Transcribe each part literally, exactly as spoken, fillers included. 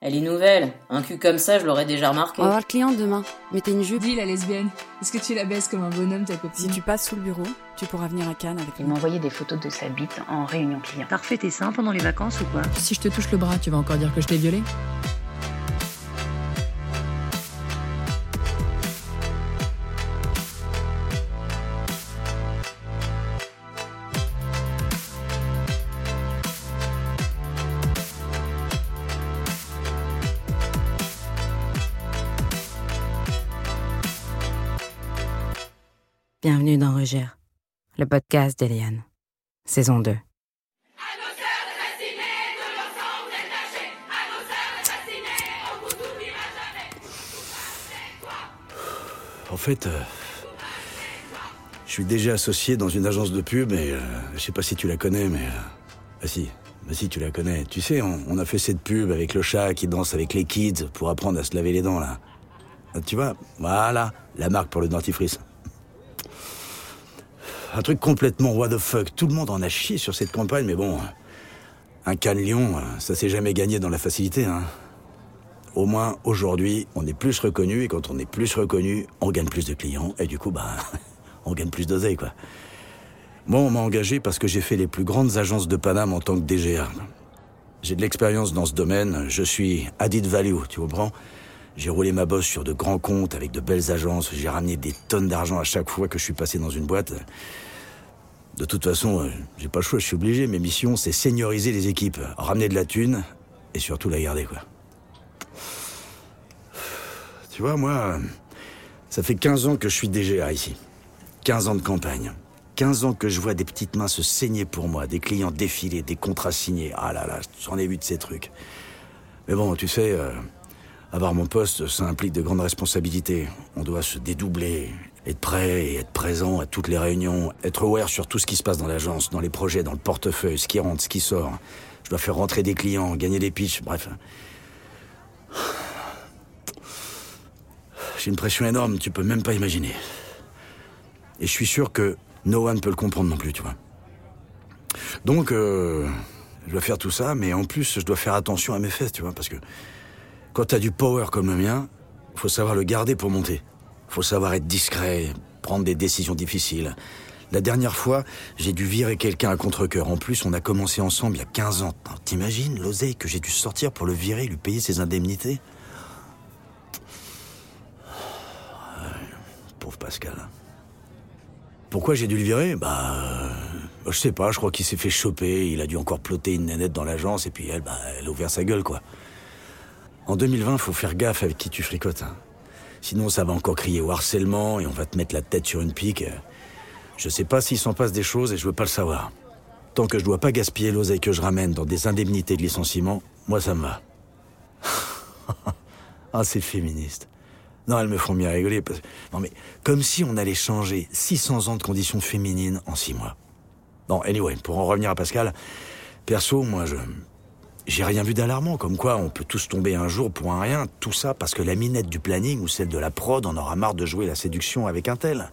Elle est nouvelle. Un cul comme ça, je l'aurais déjà remarqué. On va voir le client demain. Mettez une jupe. Dis la lesbienne, est-ce que tu la baisses comme un bonhomme ta copine? Si tu passes sous le bureau, tu pourras venir à Cannes avec Il nous. m'a envoyé des photos de sa bite en réunion client. T'as refait tes seins pendant les vacances ou quoi? Si je te touche le bras, tu vas encore dire que je t'ai violée? Bienvenue dans Rugère, le podcast d'Eliane, saison deux. En fait, euh, je suis déjà associé dans une agence de pub et euh, je sais pas si tu la connais, mais... Euh, ah si, bah si tu la connais. Tu sais, on, on a fait cette pub avec le chat qui danse avec les kids pour apprendre à se laver les dents, là. Ah, tu vois, voilà, la marque pour le dentifrice. Un truc complètement what the fuck. Tout le monde en a chié sur cette campagne, mais bon, un Cannes-Lyon, ça s'est jamais gagné dans la facilité, hein. Au moins, aujourd'hui, on est plus reconnu, et quand on est plus reconnu, on gagne plus de clients, et du coup, bah, on gagne plus d'oseille, quoi. Moi, on m'a engagé parce que j'ai fait les plus grandes agences de Paname en tant que D G A. J'ai de l'expérience dans ce domaine, je suis added value, tu comprends ? J'ai roulé ma bosse sur de grands comptes avec de belles agences, j'ai ramené des tonnes d'argent à chaque fois que je suis passé dans une boîte. De toute façon, j'ai pas le choix, je suis obligé. Mes missions, c'est senioriser les équipes, ramener de la thune et surtout la garder, quoi. Tu vois, moi, ça fait quinze ans que je suis D G A ici. quinze ans de campagne. quinze ans que je vois des petites mains se saigner pour moi, des clients défiler, des contrats signés. Ah là là, j'en ai vu de ces trucs. Mais bon, tu sais... Euh, Avoir mon poste, ça implique de grandes responsabilités. On doit se dédoubler, être prêt et être présent à toutes les réunions, être aware sur tout ce qui se passe dans l'agence, dans les projets, dans le portefeuille, ce qui rentre, ce qui sort. Je dois faire rentrer des clients, gagner des pitchs, bref. J'ai une pression énorme, tu peux même pas imaginer. Et je suis sûr que no one peut le comprendre non plus, tu vois. Donc, euh, je dois faire tout ça, mais en plus, je dois faire attention à mes fesses, tu vois, parce que quand t'as du power comme le mien, faut savoir le garder pour monter. Faut savoir être discret, prendre des décisions difficiles. La dernière fois, j'ai dû virer quelqu'un à contre-cœur. En plus, on a commencé ensemble il y a quinze ans. T'imagines l'oseille que j'ai dû sortir pour le virer, lui payer ses indemnités ? Pauvre Pascal. Pourquoi j'ai dû le virer ? Bah... Euh, je sais pas, je crois qu'il s'est fait choper. Il a dû encore ploter une nénette dans l'agence et puis elle, bah, elle a ouvert sa gueule, quoi. En deux mille vingt, faut faire gaffe avec qui tu fricotes. Hein. Sinon, ça va encore crier au harcèlement et on va te mettre la tête sur une pique. Je sais pas s'il s'en passe des choses et je veux pas le savoir. Tant que je dois pas gaspiller l'oseille que je ramène dans des indemnités de licenciement, moi ça me va. Ah, c'est féministe. Non, elles me font bien rigoler. Parce... Non mais, comme si on allait changer six cents ans de conditions féminines en six mois. Bon, anyway, pour en revenir à Pascal, perso, moi je... J'ai rien vu d'alarmant, comme quoi on peut tous tomber un jour pour un rien, tout ça parce que la minette du planning ou celle de la prod en aura marre de jouer la séduction avec un tel.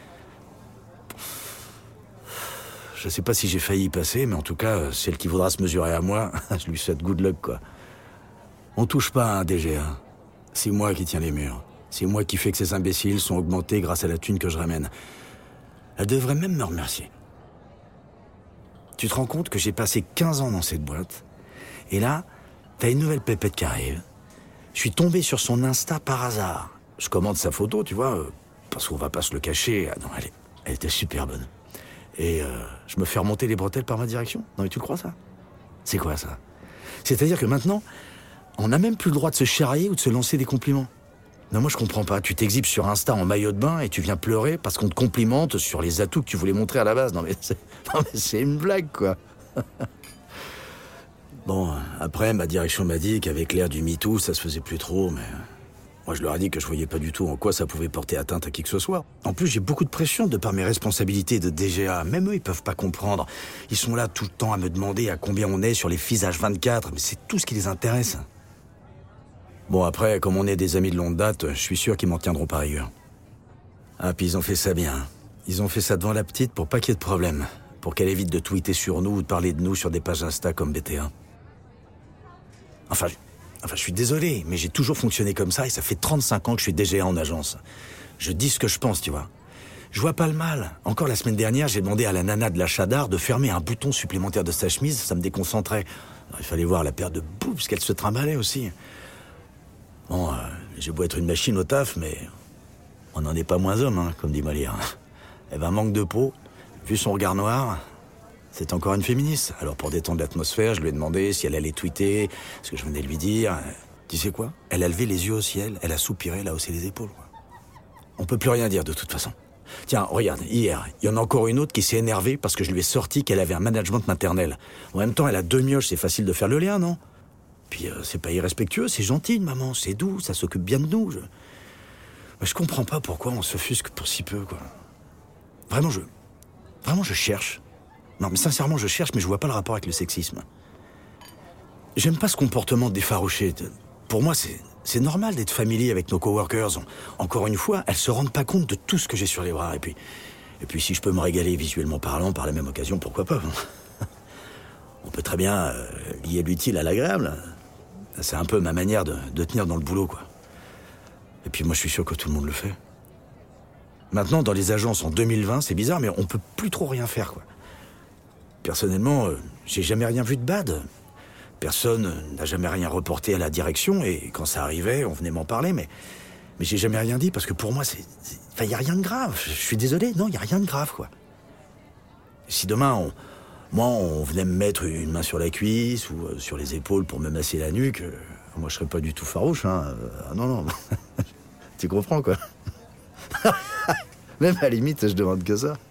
Je sais pas si j'ai failli y passer, mais en tout cas, celle qui voudra se mesurer à moi, je lui souhaite good luck, quoi. On touche pas à un D G A. C'est moi qui tiens les murs. C'est moi qui fais que ces imbéciles sont augmentés grâce à la thune que je ramène. Elle devrait même me remercier. Tu te rends compte que j'ai passé quinze ans dans cette boîte ? Et là, t'as une nouvelle pépette qui arrive. Je suis tombé sur son Insta par hasard. Je commande sa photo, tu vois, euh, parce qu'on va pas se le cacher. Ah non, elle, est, elle était super bonne. Et euh, je me fais remonter les bretelles par ma direction. Non mais tu le crois, ça ? C'est quoi, ça ? C'est-à-dire que maintenant, on n'a même plus le droit de se charrier ou de se lancer des compliments. Non, moi je comprends pas. Tu t'exhibes sur Insta en maillot de bain et tu viens pleurer parce qu'on te complimente sur les atouts que tu voulais montrer à la base. Non mais c'est, non, mais c'est une blague, quoi. Bon, après, ma direction m'a dit qu'avec l'ère du MeToo, ça se faisait plus trop, mais... Moi, je leur ai dit que je voyais pas du tout en quoi ça pouvait porter atteinte à qui que ce soit. En plus, j'ai beaucoup de pression de par mes responsabilités de D G A. Même eux, ils peuvent pas comprendre. Ils sont là tout le temps à me demander à combien on est sur les F I S H vingt-quatre, mais c'est tout ce qui les intéresse. Bon, après, comme on est des amis de longue date, je suis sûr qu'ils m'en tiendront par ailleurs. Ah, puis ils ont fait ça bien. Ils ont fait ça devant la petite pour pas qu'il y ait de problème. Pour qu'elle évite de tweeter sur nous ou de parler de nous sur des pages Insta comme B T un. Enfin, Enfin, je suis désolé, mais j'ai toujours fonctionné comme ça et ça fait trente-cinq ans que je suis D G A en agence. Je dis ce que je pense, tu vois. Je vois pas le mal. Encore la semaine dernière, j'ai demandé à la nana de l'achat d'art de fermer un bouton supplémentaire de sa chemise, ça me déconcentrait. Alors, il fallait voir la paire de boobs qu'elle se trimballait aussi. Bon, euh, j'ai beau être une machine au taf, mais on n'en est pas moins homme, hein, comme dit Molière. Elle avait un manque de peau, vu son regard noir, c'est encore une féministe. Alors pour détendre l'atmosphère, je lui ai demandé si elle allait tweeter ce que je venais de lui dire. Tu sais quoi? Elle a levé les yeux au ciel, elle a soupiré, elle a haussé les épaules. Quoi. On peut plus rien dire de toute façon. Tiens, regarde, hier, il y en a encore une autre qui s'est énervée parce que je lui ai sorti qu'elle avait un management maternel. En même temps, elle a deux mioches, c'est facile de faire le lien, non? Puis euh, c'est pas irrespectueux, c'est gentil une maman, c'est doux, ça s'occupe bien de nous. Je... je comprends pas pourquoi on s'offusque pour si peu, quoi. Vraiment, je... Vraiment, je cherche. Non, mais sincèrement, je cherche, mais je vois pas le rapport avec le sexisme. J'aime pas ce comportement défarouché. Pour moi, c'est... C'est normal d'être familier avec nos coworkers. Encore une fois, elles se rendent pas compte de tout ce que j'ai sur les bras. Et puis, et puis si je peux me régaler visuellement parlant par la même occasion, pourquoi pas? On peut très bien euh, lier l'utile à l'agréable. C'est un peu ma manière de, de tenir dans le boulot, quoi. Et puis moi, je suis sûr que tout le monde le fait. Maintenant, dans les agences en deux mille vingt, c'est bizarre, mais on peut plus trop rien faire, quoi. Personnellement, euh, j'ai jamais rien vu de bad. Personne n'a jamais rien reporté à la direction, et quand ça arrivait, on venait m'en parler, mais, mais j'ai jamais rien dit, parce que pour moi, c'est... Enfin, il y a rien de grave. Je suis désolé, non, il y a rien de grave, quoi. Si demain, on, moi, on venait me mettre une main sur la cuisse, ou euh, sur les épaules pour me masser la nuque, euh, moi, je serais pas du tout farouche, hein. Euh, non, non. Tu comprends, quoi. Même à la limite, je demande que ça.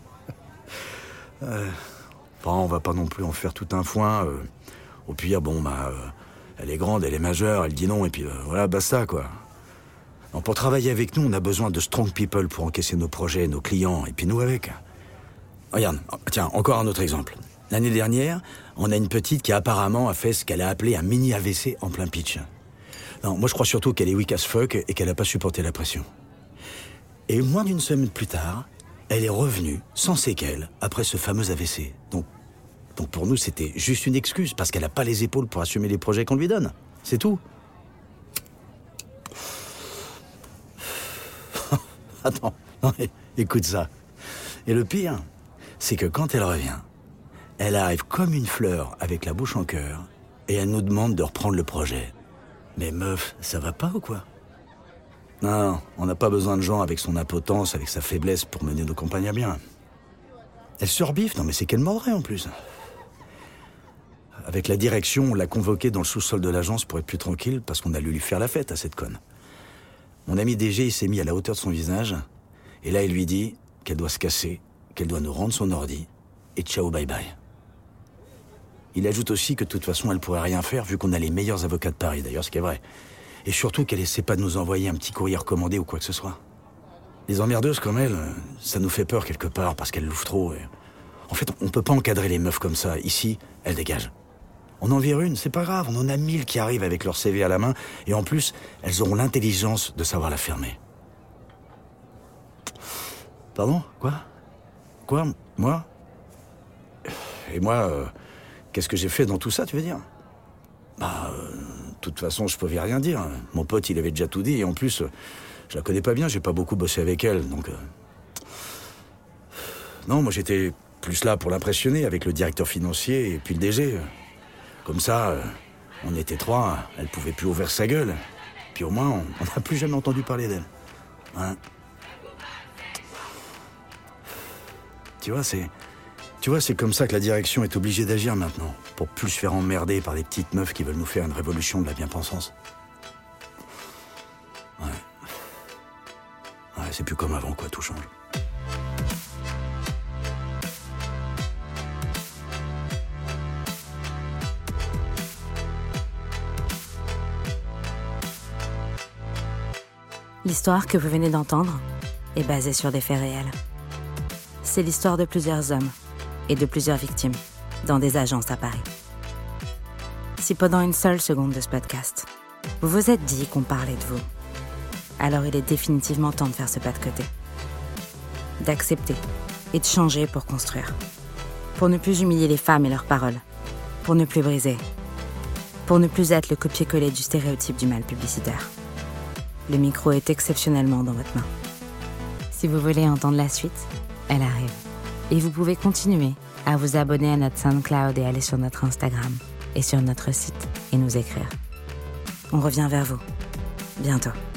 Euh, enfin, on va pas non plus en faire tout un foin... Euh, Au pire, bon, bah, euh, elle est grande, elle est majeure, elle dit non, et puis euh, voilà, basta, quoi. Non, pour travailler avec nous, on a besoin de strong people pour encaisser nos projets, nos clients, et puis nous avec. Regarde, tiens, encore un autre exemple. L'année dernière, on a une petite qui apparemment a fait ce qu'elle a appelé un mini A V C en plein pitch. Non, moi je crois surtout qu'elle est weak as fuck et qu'elle a pas supporté la pression. Et moins d'une semaine plus tard, elle est revenue, sans séquelles, après ce fameux A V C. Donc, Donc pour nous, c'était juste une excuse, parce qu'elle n'a pas les épaules pour assumer les projets qu'on lui donne. C'est tout. Attends, non, écoute ça. Et le pire, c'est que quand elle revient, elle arrive comme une fleur avec la bouche en cœur, et elle nous demande de reprendre le projet. Mais meuf, ça va pas ou quoi? Non, on n'a pas besoin de gens avec son impotence, avec sa faiblesse pour mener nos compagnes à bien. Elle se rebiffe, non mais c'est qu'elle mordrait en plus. Avec la direction, on l'a convoquée dans le sous-sol de l'agence pour être plus tranquille, parce qu'on a dû lui faire la fête à cette conne. Mon ami D G, il s'est mis à la hauteur de son visage, et là, il lui dit qu'elle doit se casser, qu'elle doit nous rendre son ordi, et ciao, bye bye. Il ajoute aussi que de toute façon, elle pourrait rien faire, vu qu'on a les meilleurs avocats de Paris, d'ailleurs, ce qui est vrai. Et surtout qu'elle essaie pas de nous envoyer un petit courrier recommandé ou quoi que ce soit. Les emmerdeuses comme elle, ça nous fait peur quelque part, parce qu'elles louffent trop. Et... En fait, on peut pas encadrer les meufs comme ça. Ici, elles dégagent. On en vire une, c'est pas grave, on en a mille qui arrivent avec leur C V à la main, et en plus, elles auront l'intelligence de savoir la fermer. Pardon? Quoi? Quoi? Moi? Et moi, euh, qu'est-ce que j'ai fait dans tout ça, tu veux dire? Bah, euh, de toute façon, je pouvais rien dire. Mon pote, il avait déjà tout dit, et en plus, euh, je la connais pas bien, j'ai pas beaucoup bossé avec elle, donc... Euh... Non, moi j'étais plus là pour l'impressionner avec le directeur financier et puis le D G. Comme ça, euh, on était trois, elle pouvait plus ouvrir sa gueule. Puis au moins, on n'a plus jamais entendu parler d'elle. Hein? Tu vois, c'est... Tu vois, c'est comme ça que la direction est obligée d'agir maintenant, pour plus se faire emmerder par des petites meufs qui veulent nous faire une révolution de la bien-pensance. Ouais. Ouais, c'est plus comme avant, quoi, tout change. L'histoire que vous venez d'entendre est basée sur des faits réels. C'est l'histoire de plusieurs hommes et de plusieurs victimes dans des agences à Paris. Si pendant une seule seconde de ce podcast, vous vous êtes dit qu'on parlait de vous, alors il est définitivement temps de faire ce pas de côté. D'accepter et de changer pour construire. Pour ne plus humilier les femmes et leurs paroles. Pour ne plus briser. pour ne plus être le copier-coller du stéréotype du mal publicitaire. Le micro est exceptionnellement dans votre main. Si vous voulez entendre la suite, elle arrive. Et vous pouvez continuer à vous abonner à notre SoundCloud et aller sur notre Instagram et sur notre site et nous écrire. On revient vers vous bientôt.